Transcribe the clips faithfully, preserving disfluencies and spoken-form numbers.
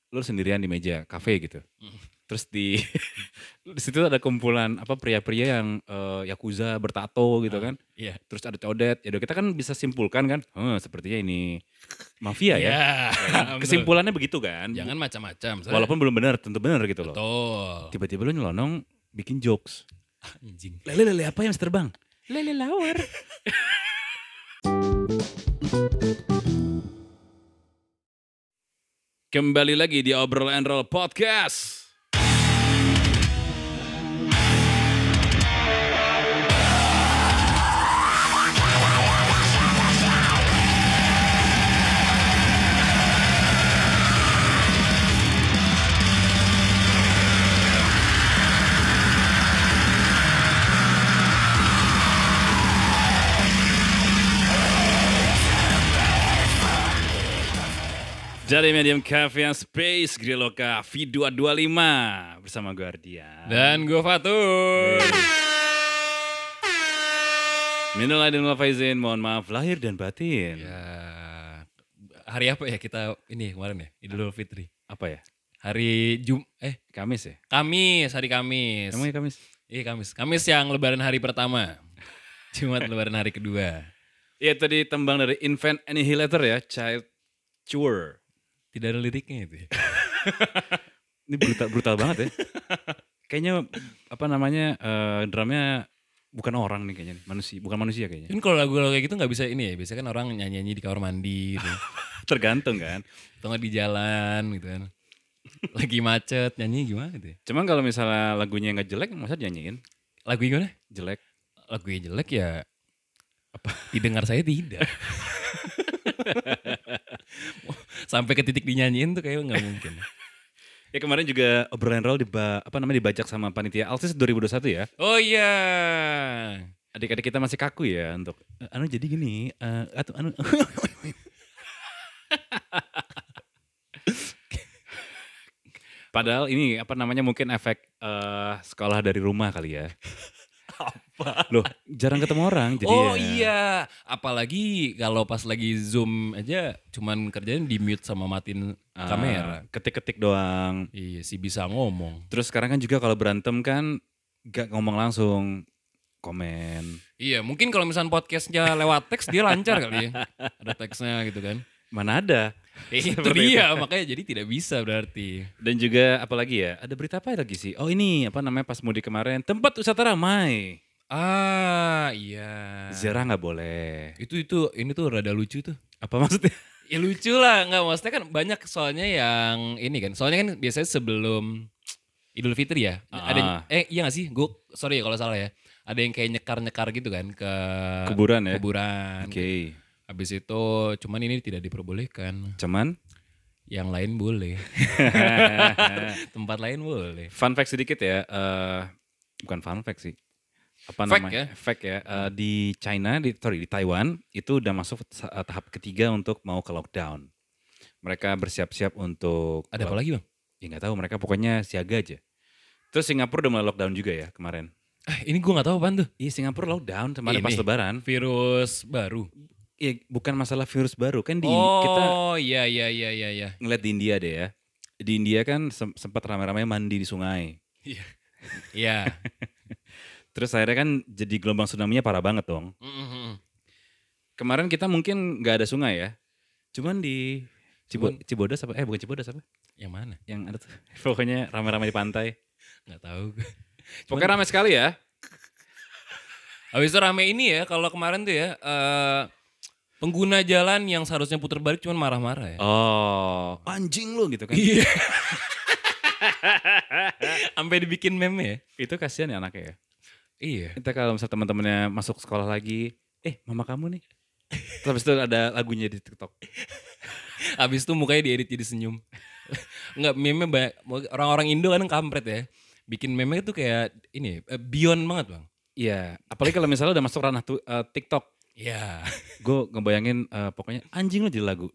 lu sendirian di meja kafe gitu. Terus di di situ ada kumpulan apa pria-pria yang uh, yakuza bertato gitu Ah, kan. iya. Terus ada codet. Ya udah kita kan bisa simpulkan kan, "Huh, sepertinya ini mafia ya." Iya, Ya kan? betul. Kesimpulannya begitu kan. Jangan macam-macam. Soalnya- Walaupun belum benar, tentu benar gitu loh. Betul. Tiba-tiba lu nyelonong bikin jokes. Anjing. Lele-lele apa yang bisa terbang? Lele lawar. Kembali lagi di Obrol and Roll Podcast. Dari Medium Cafe and Space, Griloka V dua dua lima bersama gue Ardian. Dan gue Fatur. Minal aidin wal faizin, mohon maaf lahir dan batin. Ya, hari apa ya kita ini kemarin ya? Idul Fitri. Apa ya? Hari Jum eh Kamis ya? Kamis, hari Kamis. Emangnya Kamis? Iya Kamis. Kamis yang lebaran hari pertama. Jumat lebaran hari kedua. Iya tadi tembang dari Infant Annihilator ya, Child Cure. Tidak ada liriknya itu ya. Ini brutal brutal banget ya. Kayaknya apa namanya uh, drumnya bukan orang nih kayaknya, manusia, bukan manusia kayaknya. Kan kalau lagu-lagu kayak gitu nggak bisa ini ya. Biasanya kan orang nyanyi-nyanyi di kamar mandi gitu. Tergantung kan. Atau nggak di jalan gitu kan. Lagi macet nyanyi gimana gitu ya. Cuman kalau misalnya lagunya nggak jelek, masa dinyanyiin? Lagu gimana? Jelek. Lagunya jelek ya apa? Didengar saya tidak. Sampai ke titik dinyanyiin tuh kayaknya nggak mungkin. Ya kemarin juga obrolan roll diba, apa namanya dibajak sama panitia Alsis dua ribu dua puluh satu ya. Oh iya. Adik-adik kita masih kaku ya untuk "Eh, anu jadi gini, uh, atau anu Padahal ini apa namanya mungkin efek uh, sekolah dari rumah kali ya. Apa? Loh, jarang ketemu orang jadi Oh ya. iya, apalagi kalau pas lagi Zoom aja cuman kerjain di mute sama matiin uh, kamera. Ketik-ketik doang. Iya sih bisa ngomong. Terus sekarang kan juga kalau berantem kan gak ngomong langsung, komen. Iya, mungkin kalau misalnya podcastnya lewat teks dia lancar kali ya. Ada teksnya gitu kan. Mana ada. Eh, itu Seperti dia, makanya jadi tidak bisa berarti. Dan juga apalagi ya, ada berita apa lagi sih? Oh ini apa namanya pas mudik kemarin, tempat wisata ramai. Ah iya. Ziarah gak boleh. Itu itu ini tuh rada lucu tuh. Apa maksudnya? Ya lucu lah, nggak maksudnya kan banyak soalnya yang ini kan. Soalnya kan biasanya sebelum Idul Fitri ya. Ah. Ada eh iya gak sih? Gue sorry ya kalau salah ya. Ada yang kayak nyekar-nyekar gitu kan ke Kuburan ya? Kuburan. Oke. Okay. Habis itu cuman ini tidak diperbolehkan. Cuman? Yang lain boleh. Tempat lain boleh. Fun fact sedikit ya. Uh, bukan fun fact sih. Apa fact namanya? Ya? Fact ya. Uh, di China, di, sorry di Taiwan itu udah masuk tahap ketiga untuk mau ke lockdown. Mereka bersiap-siap untuk. Ada apa lagi bang? Ya nggak tahu. Mereka pokoknya siaga aja. Terus Singapura udah mulai lockdown juga ya kemarin. Eh, ini gue nggak tahu apaan tuh. Iya Singapura lockdown kemarin pas Lebaran. Virus baru. Iya bukan masalah virus baru kan di oh, kita. Oh iya iya iya iya. iya. Ngeliat di India deh ya. Di India kan sempat ramai-ramai mandi di sungai. Iya. Iya. Terus akhirnya kan jadi gelombang tsunami-nya parah banget dong. Mm-hmm. Kemarin kita mungkin nggak ada sungai ya. Cuman di Cibo, Cuman, Cibodas apa? Eh bukan Cibodas apa? Yang mana? Yang ada tuh. Pokoknya ramai-ramai di pantai. Nggak tahu. Pokoknya ramai sekali ya. Habis itu rame ini ya. Kalau kemarin tuh ya. Uh, pengguna jalan yang seharusnya putar balik cuman marah-marah ya. Oh. Anjing lu gitu kan. Iya. Sampai dibikin meme ya. Itu kasihan ya anaknya ya. Iya. Kita kalau misalnya teman-temannya masuk sekolah lagi, eh mama kamu nih. Terus habis itu ada lagunya di TikTok. Habis itu mukanya diedit jadi senyum. Enggak, meme banyak. Orang-orang Indo kan kampret ya. Bikin meme itu kayak ini, beyond banget bang. Iya, apalagi kalau misalnya udah masuk ranah tu, uh, TikTok. Iya. Gue ngebayangin uh, pokoknya anjing lo jadi lagu.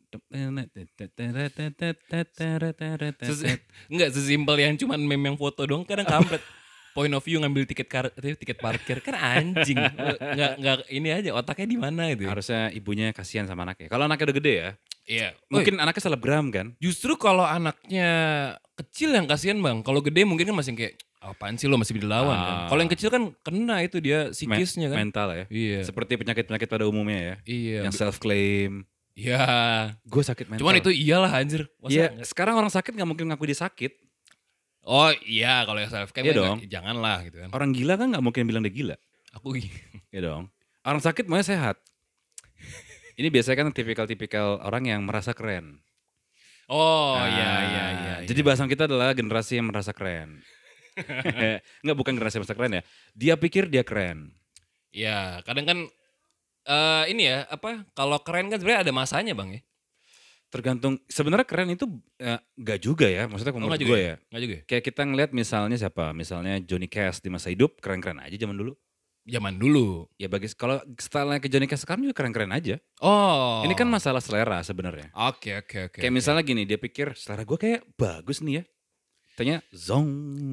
Enggak sesimpel yang cuman meme yang foto dong, kadang kampret. Point of view ngambil tiket kar tiket parkir kan anjing. Enggak enggak ini aja otaknya di mana itu. Harusnya ibunya kasihan sama anaknya. Kalau anaknya udah gede ya. Iya. Mungkin anaknya selebgram kan. Justru kalau anaknya kecil yang kasihan bang. Kalau gede mungkin kan masih kayak apaan sih lo masih dilawan kan. Ah. Kalau yang kecil kan kena itu dia psikisnya kan. Mental ya. Iya. Seperti penyakit-penyakit pada umumnya ya. Iya. Yang self claim. Iya. Gue sakit mental. Cuman itu iyalah anjir. Masa Iya. enggak? Sekarang orang sakit nggak mungkin ngaku dia sakit. Oh iya kalau yang self claim Iya kan dong. nggak- janganlah gitu kan. Orang gila kan nggak mungkin bilang dia gila. Aku Iya dong. Orang sakit maunya sehat. Ini biasanya kan tipikal-tipikal orang yang merasa keren. Oh Nah, iya iya iya. Jadi bahasan kita adalah generasi yang merasa keren. Enggak, bukan generasi yang merasa keren ya. Dia pikir dia keren. Iya, kadang kan eh ini ya, apa? Kalau keren kan sebenarnya ada masanya, Bang ya. Tergantung sebenarnya keren itu eh, nggak juga ya. Maksudnya Oh, menurut nggak juga gue ya? ya. Enggak juga. Ya? Kayak kita ngeliat misalnya siapa? Misalnya Johnny Cash di masa hidup keren-keren aja zaman dulu. Zaman dulu. Ya bagi kalau stylenya ke Johnny Cash sekarang juga keren-keren aja. Oh. Ini kan masalah selera sebenarnya. Oke, oke, oke. Kayak oke. misalnya gini, dia pikir selera gue kayak bagus nih ya. Tanya zong.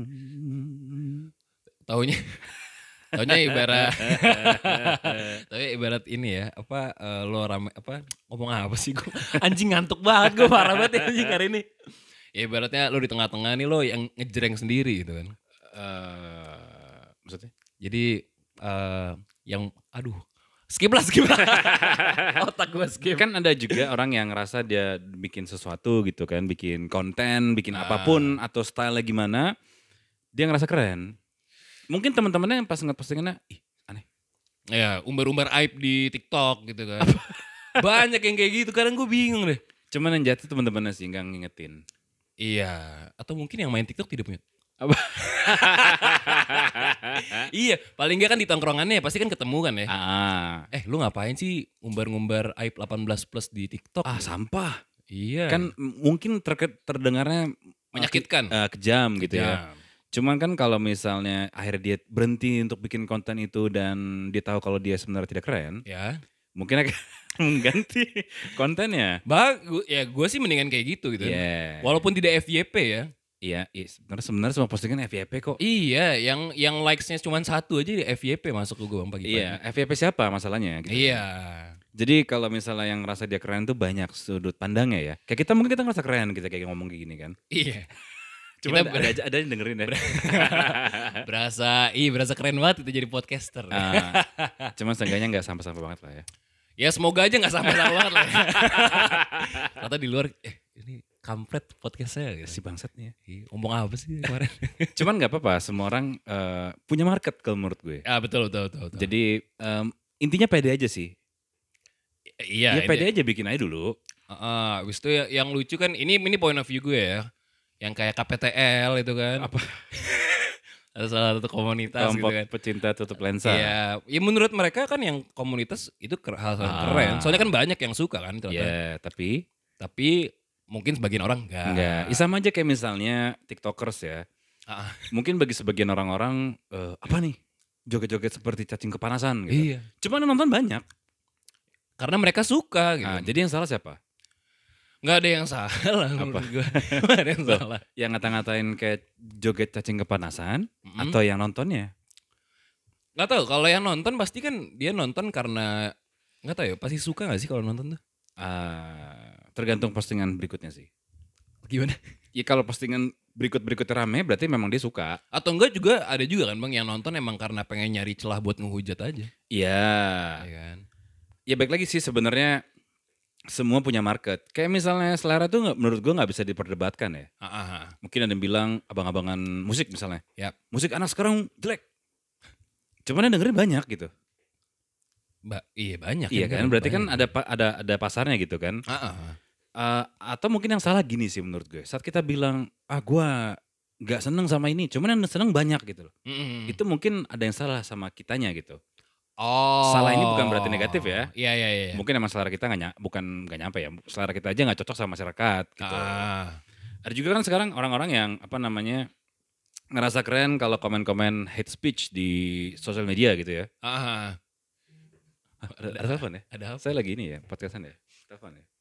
Taunya Taunya ibarat Taunya ibarat ini ya, apa eh, lo rame apa ngomong apa sih gue? Anjing ngantuk banget gue parah banget ya anjing hari ini. Ya ibaratnya lo di tengah-tengah nih lo yang ngejreng sendiri gitu kan. Eh, maksudnya? Jadi eh yang aduh, skip lah skip lah. Otak gue skip. Kan ada juga orang yang ngerasa dia bikin sesuatu gitu kan, bikin konten, bikin Ah. apapun atau style gimana, dia ngerasa keren. Mungkin teman-temannya yang pas ngeliat postingannya, ih aneh. Ya, umbar-umbar aib di TikTok gitu kan. Banyak yang kayak gitu, kadang gue bingung deh. Cuman yang jatuh teman-temannya sih nggak ngingetin. Iya, atau mungkin yang main TikTok tidak punya. Apa? Iya, paling enggak kan di tongkrongannya ya, pasti kan ketemu kan ya. Ah, Eh, lu ngapain sih ngumbar-ngumbar aib delapan belas plus di TikTok? ah sampah. Iya. Kan m- mungkin terke- terdengarnya menyakitkan. eh, kejam gitu ya. Kejam. Cuman kan kalau misalnya akhirnya dia berhenti untuk bikin konten itu dan dia tahu kalau dia sebenarnya tidak keren, Ya. mungkin akan mengganti kontennya. Bagus. Ya, gue sih mendingan kayak gitu gitu. Iya. Walaupun tidak F Y P ya. Iya, iya, sebenarnya sebenarnya semua postingan F Y P kok. Iya, yang yang likes-nya cuma satu aja di F Y P masuk ke gue Bang pagi-pagi. Iya, F Y P siapa masalahnya? Gitu. Iya. Jadi kalau misalnya yang ngerasa dia keren tuh banyak sudut pandangnya ya. Kayak kita mungkin kita ngerasa keren kita kayak ngomong kayak gini kan. Iya. Cuma Kita ada, aja ada yang dengerin ya. Berasa, ih berasa keren banget itu jadi podcaster. Ah, cuman seenggaknya nggak sampah-sampah banget lah ya. Ya semoga aja gak sama-sama banget lah. Kata di luar, eh ini kampret podcast saya gitu. Si bangsat nih ya. Ih, ngomong apa sih kemarin? Cuman nggak apa-apa, semua orang eh, punya market kalau menurut gue. Ah betul, betul, betul. betul. Jadi em, intinya pede aja sih. iya. Ya pede aja bikin aja dulu. Uh, abis itu ya, yang lucu kan, ini ini point of view gue ya. Yang kayak K P T L itu kan. Apa? Ada salah satu komunitas gitu Kelompok kan. pecinta tutup lensa. Iya, ya menurut mereka kan yang komunitas itu ker- hal-hal Ah. keren. Soalnya kan banyak yang suka kan ternyata. Ya, tapi Tapi mungkin sebagian orang enggak. enggak. Ya, sama aja kayak misalnya TikTokers ya. Ah, Mungkin bagi sebagian orang-orang eh, apa nih? Joget-joget seperti cacing kepanasan gitu. iya. Cuman yang nonton banyak. Karena mereka suka gitu. Nah, jadi yang salah siapa? Nggak ada yang salah menurut gue. Nggak ada yang Loh, salah. Yang ngata-ngatain kayak joget cacing kepanasan Mm-mm. atau yang nontonnya? Nggak tahu, kalau yang nonton pasti kan dia nonton karena nggak tahu ya, pasti suka nggak sih kalau nonton tuh? Ah, tergantung postingan berikutnya sih. Gimana? Ya kalau postingan berikut-berikutnya rame berarti memang dia suka. Atau enggak juga ada juga kan bang yang nonton emang karena pengen nyari celah buat ngehujat aja. Iya. Ya kan? Ya baik lagi sih sebenarnya semua punya market. Kayak misalnya selera tuh nggak- menurut gua nggak bisa diperdebatkan ya. Ah, ah, ah. Mungkin ada yang bilang abang-abangan musik misalnya. Yap. Musik anak sekarang jelek. Cuman yang dengerin banyak gitu. Mbak, iya banyak. Iya yang kan? dengerin, Berarti kan banyak. ada pa- ada ada pasarnya gitu kan. Ah, ah, ah. Eh, atau mungkin yang salah gini sih menurut gue. Saat kita bilang, ah gua nggak seneng sama ini. Cuman yang seneng banyak gitu loh. Mm-mm. Itu mungkin ada yang salah sama kitanya gitu. Oh. Salah ini bukan berarti negatif ya. Iya iya iya. Mungkin emang selera kita nggak ny- bukan nggak nyampe ya. Selera kita aja nggak cocok sama masyarakat gitu. Ah. Ada juga kan sekarang orang-orang yang apa namanya ngerasa keren kalau komen-komen hate speech di sosial media gitu ya. Ah. Ah, Ada, ada telepon ya? Ada apa? Saya lagi ini ya, podcastan ya. Telepon ya.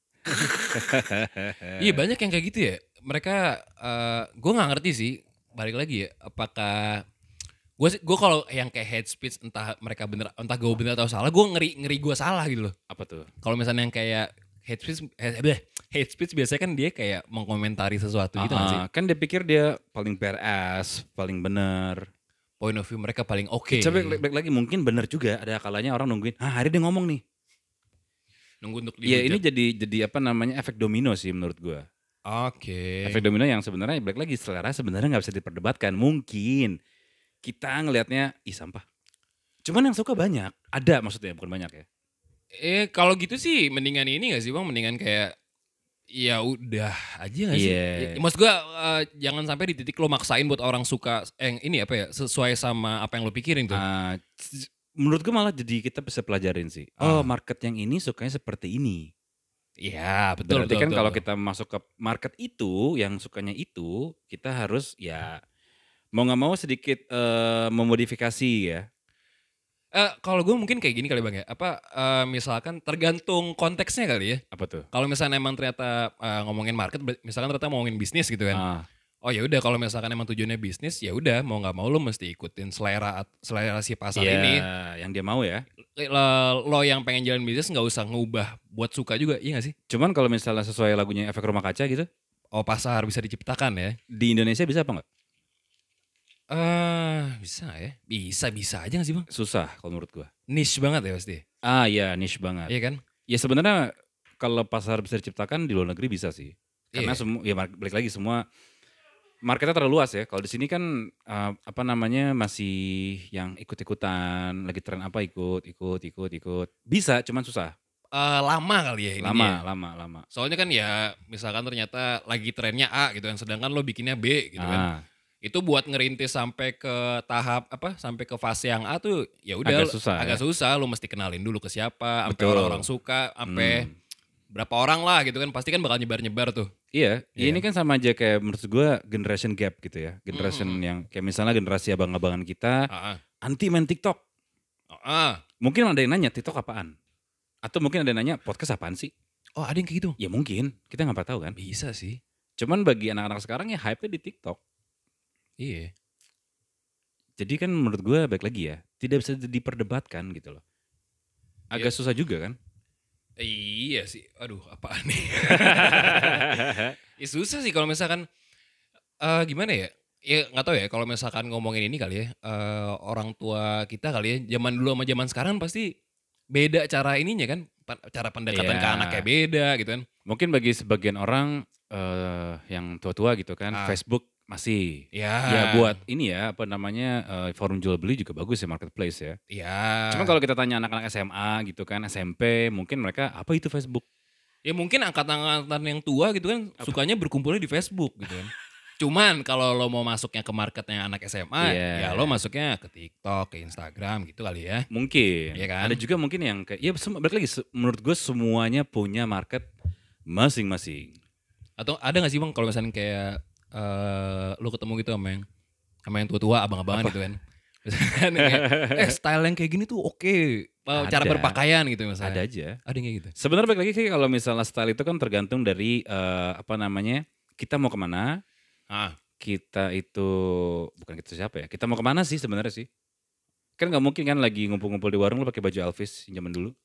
Iya banyak yang kayak gitu ya. Mereka, eh gue nggak ngerti sih. Balik lagi ya. Apakah gue sih, gue kalau yang kayak hate speech entah mereka bener, entah gue bener atau salah, gue ngeri ngeri gue salah gitu loh. Apa tuh? Kalau misalnya yang kayak hate speech, eh, bleh, hate speech biasanya kan dia kayak mengkomentari sesuatu gitu nggak sih? Ah, kan dia pikir dia paling badass, paling bener. Point of view mereka paling oke. Coba balik, balik lagi mungkin bener juga ada kalanya orang nungguin, ah hari dia ngomong nih. Nunggu untuk Iya ini dihujat. jadi jadi apa namanya efek domino sih menurut gua. Oke. Efek domino yang sebenarnya balik lagi selera sebenarnya nggak bisa diperdebatkan. Mungkin kita ngelihatnya ih sampah. Cuman yang suka banyak, ada maksudnya bukan banyak ya. Eh kalau gitu sih mendingan ini gak sih Bang? Mendingan kayak ya udah aja gak sih? Iya. Ya, maksud gue uh, jangan sampai di titik lo maksain buat orang suka eh, ini apa ya sesuai sama apa yang lo pikirin tuh. Uh, menurut gue malah jadi kita bisa pelajarin sih. Ah. Oh market yang ini sukanya seperti ini. Iya betul. Berarti betul, kan betul, kalau betul. kita masuk ke market itu, yang sukanya itu, kita harus ya mau nggak mau sedikit uh, memodifikasi ya. Eh, kalau gue mungkin kayak gini kali Bang ya. Apa eh, misalkan tergantung konteksnya kali ya. Apa tuh? Kalau misalnya emang ternyata eh, ngomongin market, misalkan ternyata ngomongin bisnis gitu kan. Ah. Oh ya udah kalau misalkan emang tujuannya bisnis ya udah mau nggak mau lo mesti ikutin selera selera si pasar Iya, ini. yang dia mau ya. Lo, lo yang pengen jalan bisnis nggak usah ngubah buat suka juga, iya gak sih? Cuman kalau misalnya sesuai lagunya Efek Rumah Kaca gitu, Oh pasar bisa diciptakan ya? di Indonesia bisa apa nggak? Eh bisa ya, bisa bisa aja gak sih Bang? Susah kalau menurut gua. Niche banget ya pasti. Ah iya niche banget. Iya kan? Ya sebenarnya kalau pasar bisa diciptakan di luar negeri bisa sih. Karena Iya. semua ya balik lagi semua marketnya terlalu luas ya. Kalau di sini kan uh, apa namanya masih yang ikut-ikutan, lagi tren apa ikut, ikut, ikut, ikut. Bisa, cuman susah. Eh, lama kali ya ini Lama, dia. lama, lama. Soalnya kan ya misalkan ternyata lagi trennya A gitu kan, sedangkan lo bikinnya B gitu kan. Ah, Itu buat ngerintis sampai ke tahap apa? Sampai ke fase yang A tuh ya udah Agak susah agak ya. susah. Lo mesti kenalin dulu ke siapa, sampai Betul. orang-orang suka, sampai Hmm. berapa orang lah gitu kan. Pasti kan bakal nyebar-nyebar tuh. Iya, Iya ini kan sama aja kayak menurut gua generation gap gitu ya. Generation Mm, mm, mm. yang kayak misalnya generasi abang-abangan kita Ah, ah. anti main TikTok. Ah, ah. Mungkin ada yang nanya TikTok apaan? Atau mungkin ada yang nanya podcast apaan sih? Oh ada yang kayak gitu? Ya mungkin, kita nggak pernah tahu kan. Bisa sih. Cuman bagi anak-anak sekarang ya hype-nya di TikTok. Iya. Jadi kan menurut gue baik lagi ya, tidak bisa diperdebatkan gitu loh. Agak Iya. susah juga kan. Iya sih. Aduh apaan nih. Ya susah sih kalau misalkan eh gimana ya? Ya nggak tahu ya kalau misalkan ngomongin ini kali ya. eh, orang tua kita kali ya. Zaman dulu sama zaman sekarang pasti beda cara ininya kan. Pa- Cara pendekatan ke Iya. anaknya beda gitu kan. Mungkin bagi sebagian orang eh, yang tua-tua gitu kan, Ah. Facebook masih. Ya. Ya buat ini ya, apa namanya, eh, forum jual beli juga bagus ya marketplace ya. Ya. Cuma kalau kita tanya anak-anak S M A gitu kan, S M P, mungkin mereka apa itu Facebook? Ya mungkin angkatan-angkatan yang tua gitu kan sukanya berkumpulnya di Facebook gitu kan. Cuman kalau lo mau masuknya ke marketnya anak S M A, Iya. ya lo masuknya ke TikTok, ke Instagram gitu kali ya. Mungkin. Iya kan? Ada juga mungkin yang kayak, ya sem- balik lagi, se- menurut gue semuanya punya market masing-masing. Atau ada gak sih Bang kalau misalnya kayak eh lo ketemu gitu sama yang sama yang tua-tua, abang-abangan gitu kan. Misalkan kayak, eh style yang kayak gini tuh oke. Eh, Cara Ada. berpakaian gitu misalnya. Ada aja. Ada yang kayak gitu. Sebenarnya balik lagi sih kalau misalnya style itu kan tergantung dari eh, apa namanya, kita mau kemana, Ah, kita itu, bukan kita siapa ya, kita mau kemana sih sebenarnya sih. Kan nggak mungkin kan lagi ngumpul-ngumpul di warung lo pakai baju Elvis yang zaman dulu.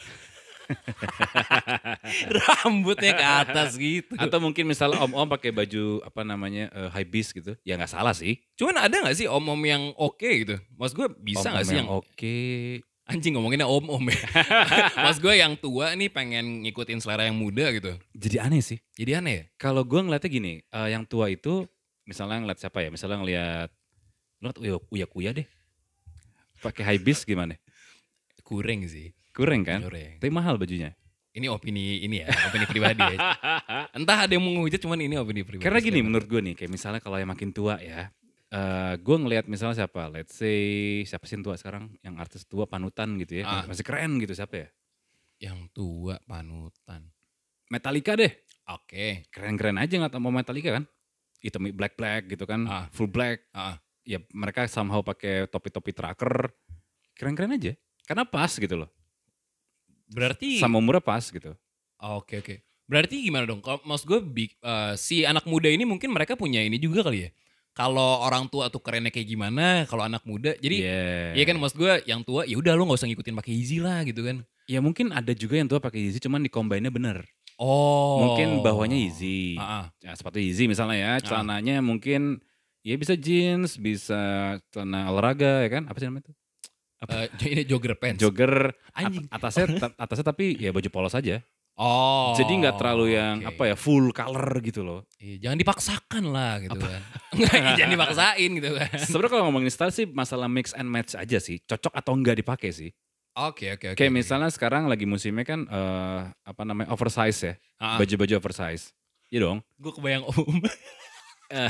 rambutnya ke atas gitu. Atau mungkin misalnya om-om pakai baju apa namanya eh, high beast gitu. Ya nggak salah sih. Cuman ada gak sih om-om yang oke gitu? Maksud gue bisa Om-om gak sih yang, oke. anjing ngomonginnya om-om ya. Maksud gue yang tua nih pengen ngikutin selera yang muda gitu. Jadi aneh sih. Jadi aneh ya? Kalau gue ngeliatnya gini, eh, yang tua itu misalnya ngeliat siapa ya? Misalnya ngeliat, ngeliat Uya, Uya Kuya deh. Pakai high beast gimana? Kurang sih. Kurang kan? Kurang. Tapi mahal bajunya. Ini opini ini ya, opini pribadi ya. Entah ada yang menghujat cuman ini opini pribadi. Karena gini menurut gue nih, kayak misalnya kalau yang makin tua ya, eh gue ngelihat misalnya siapa, let's say siapa sih yang tua sekarang, yang artis tua panutan gitu ya, Ah. masih keren gitu siapa ya? Yang tua panutan. Metallica deh, Oke. keren-keren aja nggak mau Metallica kan? Hitam black black gitu kan, Ah. full black. Ah. Ya mereka somehow pakai topi-topi tracker, keren-keren aja. Karena pas gitu loh, Berarti sama umurnya pas gitu. oke oke. Berarti gimana dong? Kalau maksud gue big- eh, si anak muda ini mungkin mereka punya ini juga kali ya. Kalau orang tua tuh kerennya kayak gimana, kalau anak muda. Jadi Yeah. iya kan maksud gue yang tua ya udah lo nggak usah ngikutin pakai Yeezy lah gitu kan. Ya mungkin ada juga yang tua pakai Yeezy cuman di combine-nya bener. Oh. Mungkin bawahnya Yeezy. Ah, ah. Ya, sepatu Yeezy misalnya ya, celananya mungkin ya bisa jeans, bisa celana olahraga ya kan, apa sih namanya itu? Eh, ini jogger pants. Jogger, at- Anjing. atasnya ta- atasnya tapi ya baju polos aja. Oh. Jadi nggak terlalu yang oke. apa ya full color gitu loh. Iya, jangan dipaksakan lah gitu kan. Enggak, ya jangan dipaksain gitu kan. Sebenarnya kalau ngomongin style sih masalah mix and match aja sih, cocok atau enggak dipakai sih. Oke, oke, oke. Kayak oke. misalnya sekarang lagi musimnya kan eh, apa namanya oversize ya, Ah, ah. baju-baju oversize. Iya dong. Gue kebayang om. Eh.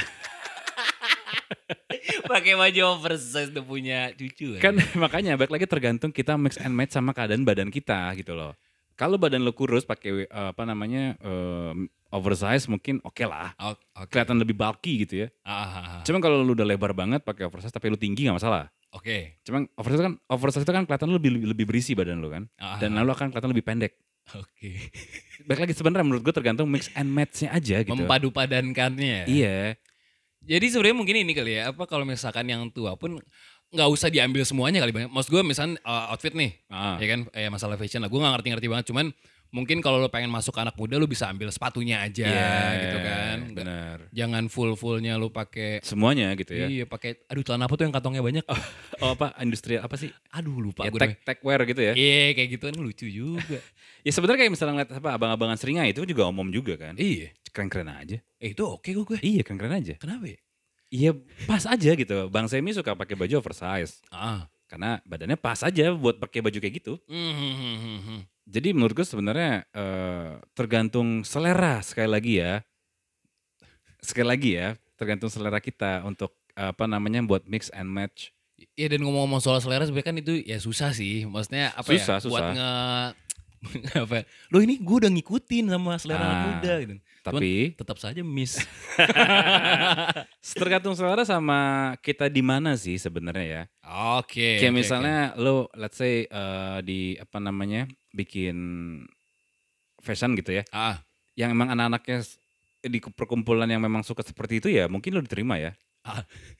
Pakai baju oversize udah punya cucu Kan makanya balik lagi tergantung kita mix and match sama keadaan badan kita gitu loh. Kalau badan lo kurus pakai eh, apa namanya eh, oversize mungkin oke lah, Oh, oke. kelihatan lebih bulky gitu ya. Ah, ah, ah. Cuman kalau lu udah lebar banget pakai oversize tapi lu tinggi nggak masalah. Oke. Cuman oversize kan oversize itu kan kelihatan lu lebih lebih berisi badan lu kan, Ah, dan ah. lalu akan kelihatan lebih pendek. Oke. Balik lagi sebenarnya menurut gue tergantung mix and match-nya aja gitu. Mempadu padankannya. Iya. Jadi sebenarnya mungkin ini kali ya, apa kalau misalkan yang tua pun nggak usah diambil semuanya kali banyak. Maksud gue misalnya uh, outfit nih, Ah. ya kan, eh, masalah fashion lah. Gue nggak ngerti-ngerti banget, cuman mungkin kalau lo pengen masuk ke anak muda, lo bisa ambil sepatunya aja, Iya, gitu kan. Nggak- benar. Jangan full-fullnya lo pakai. Semuanya gitu ya. Iya, pakai. Aduh, celana apa tuh yang kantongnya banyak? Oh apa industri apa sih? Aduh, lupa Ya, gue. tech tech wear gitu ya. Iya, kayak gitu kan lucu juga. Ya sebenarnya kayak misalnya ngeliat apa abang-abangan seringai itu juga omom juga kan. Iya. Keren-keren aja. Eh, itu oke kok gue. Iya keren-keren aja. Kenapa ya? Iya pas aja gitu. Bang Semi suka pakai baju oversize Ah. karena badannya pas aja buat pakai baju kayak gitu. Hmm, hmm, hmm, hmm, hmm. Jadi menurut gue sebenarnya eh, tergantung selera sekali lagi ya. Sekali lagi ya, tergantung selera kita untuk apa namanya buat mix and match. Iya, dan ngomong-ngomong soal selera sebenarnya kan itu ya susah sih. Maksudnya apa Susah, ya? Buat susah. nge apa? Ya, Loh ini gue udah ngikutin sama selera anak Ah, muda gitu. Cuman Tapi tetap saja miss. tergantung selera sama kita di mana sih sebenarnya ya. Oke. Kayak oke, misalnya lo let's say eh, di apa namanya bikin fashion gitu ya. oke. Ah, Yang emang anak-anaknya s- di perkumpulan yang memang suka seperti itu ya mungkin lo diterima ya. ah.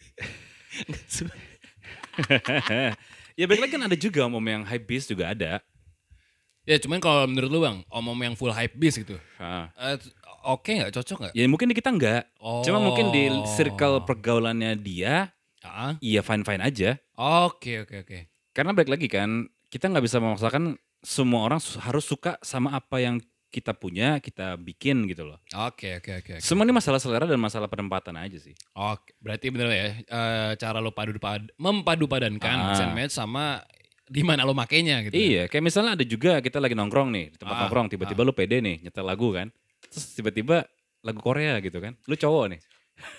Ya balik lagi kan ada juga om yang high beast juga ada. Ya cuman kalau menurut lu bang, om-om yang full hype beast gitu, Ah. eh, oke nggak, cocok nggak? Ya mungkin di kita enggak. Cuma mungkin di circle Oh. pergaulannya dia Ah, iya fine-fine aja. oke oke oke. Karena balik lagi kan kita nggak bisa memaksakan semua orang su- harus suka sama apa yang kita punya, kita bikin gitu loh. Oke oke oke. oke. Semua ini masalah selera dan masalah penempatan aja sih. Oke, berarti bener ya, eh, cara lo padu pad, mempadu padankan Ah. mix and match sama di mana lo makainya gitu. Iya, kayak misalnya ada juga kita lagi nongkrong nih, di tempat Ah, nongkrong, tiba-tiba lu pede nih nyetel lagu kan. Terus tiba-tiba lagu Korea gitu kan. Lu cowok nih.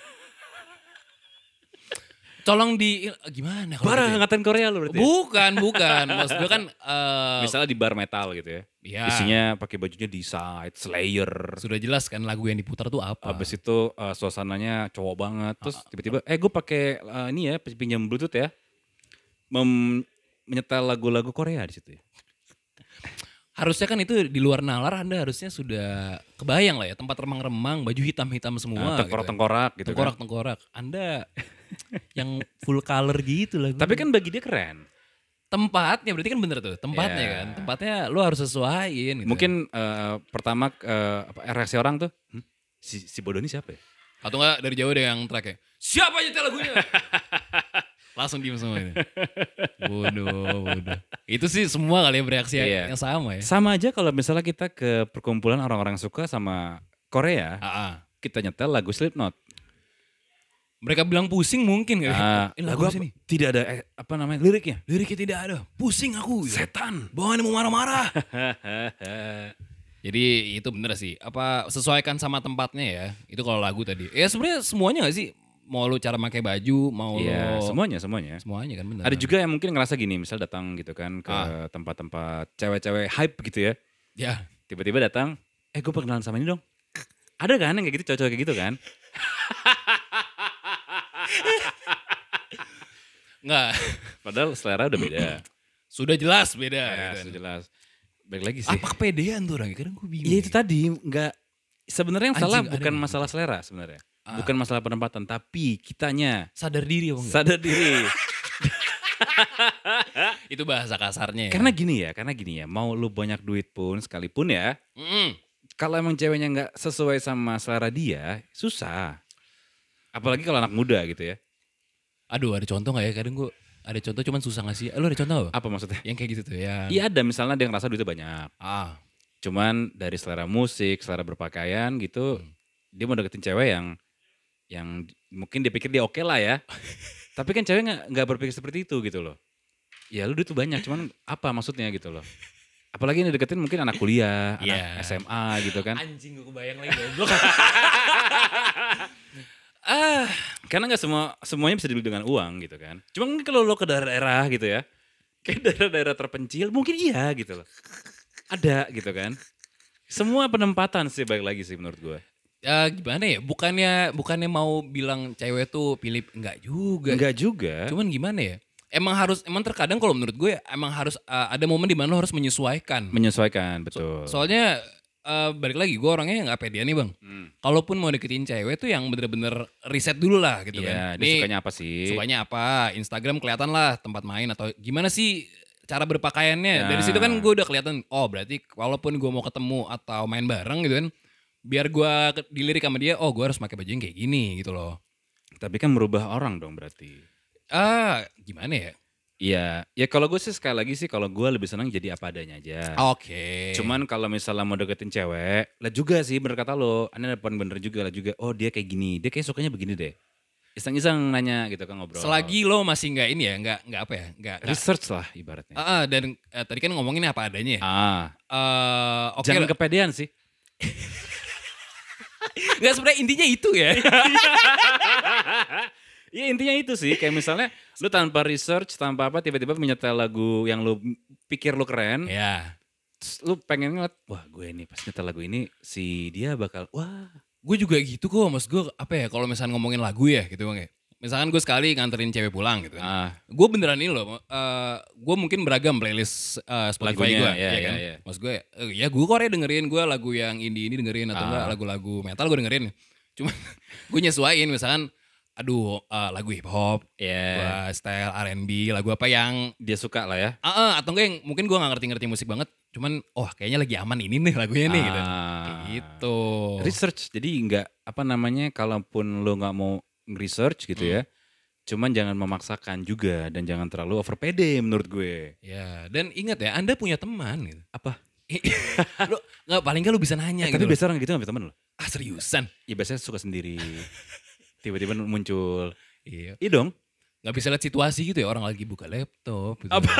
Tolong di gimana kalau Parah gitu ya? ngatain Korea lu berarti. ya? Bukan, bukan. Maksud gue kan eh Misalnya di bar metal gitu ya. ya, Isinya pakai bajunya D-side, Slayer. sudah jelas kan lagu yang diputar tuh apa. Habis itu eh, suasananya cowok banget. Terus tiba-tiba eh gue pakai eh, ini ya pinjam Bluetooth ya. Mem menyetel lagu-lagu Korea di situ ya. Harusnya kan itu di luar nalar Anda harusnya sudah kebayang lah ya, tempat remang-remang, baju hitam-hitam semua. Nah, tengkorak-tengkorak gitu, kan. Tengkorak-tengkorak. Anda yang full color gitu lah. Tapi kan bagi dia keren. tempatnya berarti kan bener tuh, tempatnya Ya. kan. Tempatnya lu harus sesuaiin gitu. Mungkin eh, pertama eh, apa, reaksi orang tuh, "Hmm, si, si bodoh ini siapa ya? Atau enggak dari jauh ada yang track siapa nyetel lagunya? Langsung diem semua itu. Bodoh, bodoh. Itu sih semua kali ya bereaksi Iya. yang sama ya. Sama aja kalau misalnya kita ke perkumpulan orang-orang yang suka sama Korea, Ah, ah. kita nyetel lagu Slipknot. Mereka bilang pusing mungkin gak? Ah, Ini lagu apa apa? sih nih? Tidak ada eh, apa namanya liriknya. Liriknya tidak ada. Pusing aku. gitu. Setan. Bawaannya mau marah-marah. Jadi itu bener sih. Apa sesuaikan sama tempatnya ya. Itu kalau lagu tadi. Ya sebenarnya semuanya gak sih? Mau lu cara pakai baju, mau Iya, lu semuanya semuanya. semuanya kan bener. Ada juga yang mungkin ngerasa gini, misal datang gitu kan ke Ah. tempat-tempat cewek-cewek hype gitu ya. Ya. Tiba-tiba datang, eh gue perkenalan sama ini dong. Ada kan yang kayak gitu, cowok-cowok kayak gitu kan? Enggak. Padahal selera udah beda. Sudah jelas beda. Ya, gitu kan. sudah jelas. Baik lagi sih. Apa kepedean tuh orang? Kadang gue bingung. Iya itu tadi, nggak sebenarnya yang salah Anjing, ada bukan nih. masalah selera sebenarnya. Ah. Bukan masalah penempatan, tapi kitanya Sadar diri apa enggak? sadar diri. Itu bahasa kasarnya ya. Karena gini ya, karena gini ya, mau lu banyak duit pun sekalipun ya, Mm-mm. Kalau emang ceweknya nggak sesuai sama selera dia, susah. Apalagi kalau anak muda gitu ya. Aduh ada contoh gak ya? Kadang gue ada contoh cuman susah ngasih. Lu ada contoh apa? Apa maksudnya? Yang kayak gitu tuh ya. Iya ada, misalnya dia ngerasa duitnya banyak. Ah. Cuman dari selera musik, selera berpakaian gitu, Hmm. dia mau deketin cewek yang yang mungkin dia pikir dia oke lah ya. Tapi kan cewek nggak nggak berpikir seperti itu gitu loh. Ya lu duit tuh banyak, cuman apa maksudnya gitu loh. Apalagi yang deketin mungkin anak kuliah, anak Iya. S M A gitu kan. Anjing gue kebayang lagi goblok. Ah, karena nggak semua semuanya bisa dibeli dengan uang gitu kan. Cuma mungkin kalau lo ke daerah-daerah gitu ya, kayak daerah-daerah terpencil mungkin iya gitu loh. Ada gitu kan. Semua penempatan sih balik lagi sih menurut gue. Ya gimana ya? Bukannya bukannya mau bilang cewek tuh pilih enggak juga. Enggak juga. Cuman gimana ya? Emang harus emang terkadang kalau menurut gue emang harus uh, ada momen di mana lo harus menyesuaikan. Menyesuaikan, betul. So, soalnya uh, balik lagi gue orangnya nggak pedean nih bang. Hmm. Kalaupun mau deketin cewek tuh yang bener-bener riset dulu lah gitu Iya, kan. dia sukanya apa sih? Sukanya apa? Instagram kelihatan lah tempat main atau gimana sih cara berpakaiannya. Ya. Dari situ kan gue udah kelihatan. Oh berarti walaupun gue mau ketemu atau main bareng gitu kan, biar gue dilirik sama dia. Oh gue harus pakai baju yang kayak gini gitu loh. Tapi kan merubah orang dong berarti. Ah gimana ya? Iya, ya kalau gue sih sekali lagi sih kalau gue lebih senang jadi apa adanya aja. Oke. Cuman kalau misalnya mau deketin cewek, lah juga sih bener kata lo, anda depan bener juga lah juga. Oh dia kayak gini, dia kayak sukanya begini deh. Iseng-iseng nanya gitu kan ngobrol. Selagi lo masih nggak ini ya, nggak nggak apa ya, nggak. nggak- research lah ibaratnya. Ah, ah, dan eh, tadi kan ngomongin apa adanya ya. Ah, Eh, Oke. jangan lah. kepedean sih. Nggak sebenarnya intinya itu ya. Iya intinya itu sih, kayak misalnya lu tanpa research, tanpa apa tiba-tiba menyetel lagu yang lu pikir lu keren, Ya. terus lu pengen ngeliat, wah gue nih pas nyetel lagu ini si dia bakal, wah. Gue juga gitu kok, maksud gue apa ya, kalau misalnya ngomongin lagu ya gitu bang ya. Misalkan gue sekali nganterin cewek pulang gitu kan. Ah, Gue beneran ini loh, eh gue mungkin beragam playlist eh, Spotify Lagunya, gue. ya, ya ya, kan? ya. Maksud gue, eh, ya gue kok dengerin gue lagu yang indie ini dengerin atau Ah. enggak lagu-lagu metal gue dengerin. Cuma gue nyesuaiin misalkan, aduh eh, lagu hip hop, ya gue style R and B, lagu apa yang, dia suka lah ya. ah ah, atau enggak yang mungkin gue gak ngerti-ngerti musik banget. Cuman, oh kayaknya lagi aman ini nih lagunya nih gitu. Ah. Kayak gitu. Research, jadi nggak apa namanya, kalaupun lu nggak mau research gitu Hmm. ya, cuman jangan memaksakan juga dan jangan terlalu over pede menurut gue. Ya, dan ingat ya, Anda punya teman gitu. Apa? Lu nggak paling nggak lu bisa nanya Eh, gitu. tapi loh. biasa orang gitu nggak punya temen loh. Ah seriusan? Ya biasanya suka sendiri. Tiba-tiba muncul. Iya. Iya dong. Nggak bisa lihat situasi gitu ya, orang lagi buka laptop. Gitu. Apa?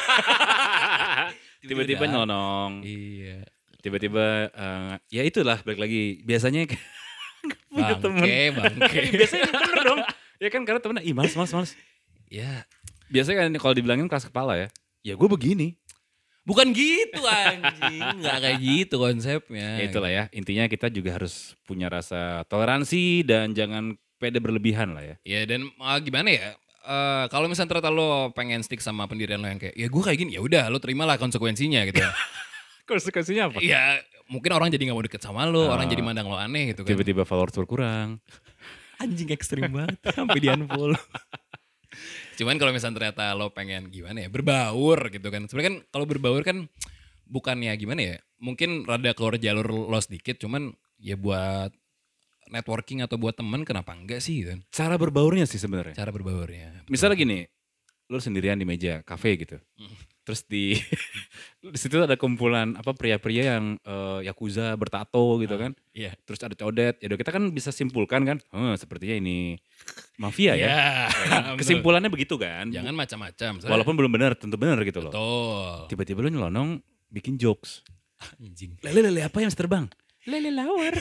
Tiba-tiba Tiba-tiba dah. nyelonong. Iya. Tiba-tiba eh, ya itulah balik lagi. Biasanya punya temen. Bangke, bangke. Biasanya bener dong. Ya kan karena temennya, ih males, males, males. Ya, Biasanya kan kalau dibilangin keras kepala ya. Ya gue begini. bukan gitu anjing. Nggak kayak gitu konsepnya. Ya itulah ya. Intinya kita juga harus punya rasa toleransi dan jangan pede berlebihan lah ya. Ya dan ah, gimana ya? Eh, kalau misalnya ternyata lo pengen stick sama pendirian lo yang kayak, ya gue kayak gini, ya udah lo terimalah konsekuensinya gitu. Konsekuensinya apa? Ya mungkin orang jadi nggak mau deket sama lo, Ah. orang jadi mandang lo aneh gitu kan. Tiba-tiba followers berkurang. Anjing ekstrim banget sampai di unfollow. Cuman kalau misalnya ternyata lo pengen gimana ya, berbaur gitu kan. Sebenarnya kan kalau berbaur kan bukannya gimana ya, mungkin rada keluar jalur lo sedikit, cuman ya buat networking atau buat temen kenapa enggak sih gitu kan. Cara berbaurnya sih sebenarnya. Cara berbaurnya. Misalnya gini, lu sendirian di meja kafe gitu. Terus di di situ ada kumpulan apa pria-pria yang eh, yakuza bertato gitu kan. Iya. Terus ada codet. Ya udah kita kan bisa simpulkan kan, "Oh, sepertinya ini mafia ya." Iya. Kan? Kesimpulannya begitu kan. Jangan macam-macam. Soalnya- Walaupun belum benar, tentu benar gitu loh. Betul. Tiba-tiba lu nyelonong bikin jokes. Anjing. Lele lele apa yang terbang? Lele lawar.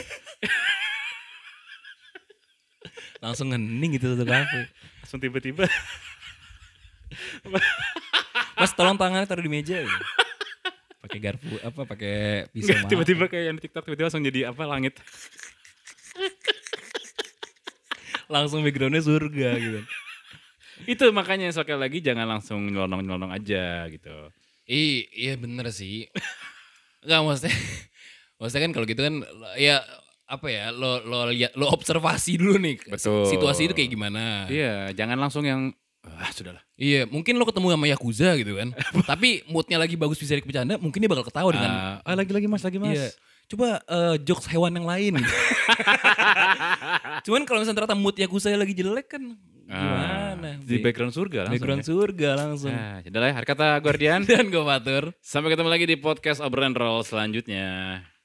Langsung ngening gitu tuh kafe. Langsung tiba-tiba Mas tolong tangannya taruh di meja. Gitu. Pakai garpu apa pakai pisau. Nggak, tiba-tiba kayak yang di TikTok tiba-tiba langsung jadi apa langit. Langsung backgroundnya surga gitu. Itu makanya sekali lagi jangan langsung nyelonong-nyelonong aja gitu. I, iya bener sih. Enggak maksudnya. Maksudnya kan kalau gitu kan ya apa ya lo lo lihat lo observasi dulu nih Betul. situasi itu kayak gimana. Iya, jangan langsung yang ah sudahlah. Iya, mungkin lo ketemu sama Yakuza gitu kan. Tapi moodnya lagi bagus bisa bercanda, mungkin dia bakal ketawa dengan Ah, ah, lagi-lagi Mas, lagi Mas. Iya. coba uh, jokes hewan yang lain. Cuman kalau misalnya ternyata mood Yakuza lagi jelek kan gimana? Ah, di background surga langsung. Background ya. surga langsung. Nah, jadilah hari kata Guardian. Dan gue Fatur. Sampai ketemu lagi di podcast obrolan roll selanjutnya.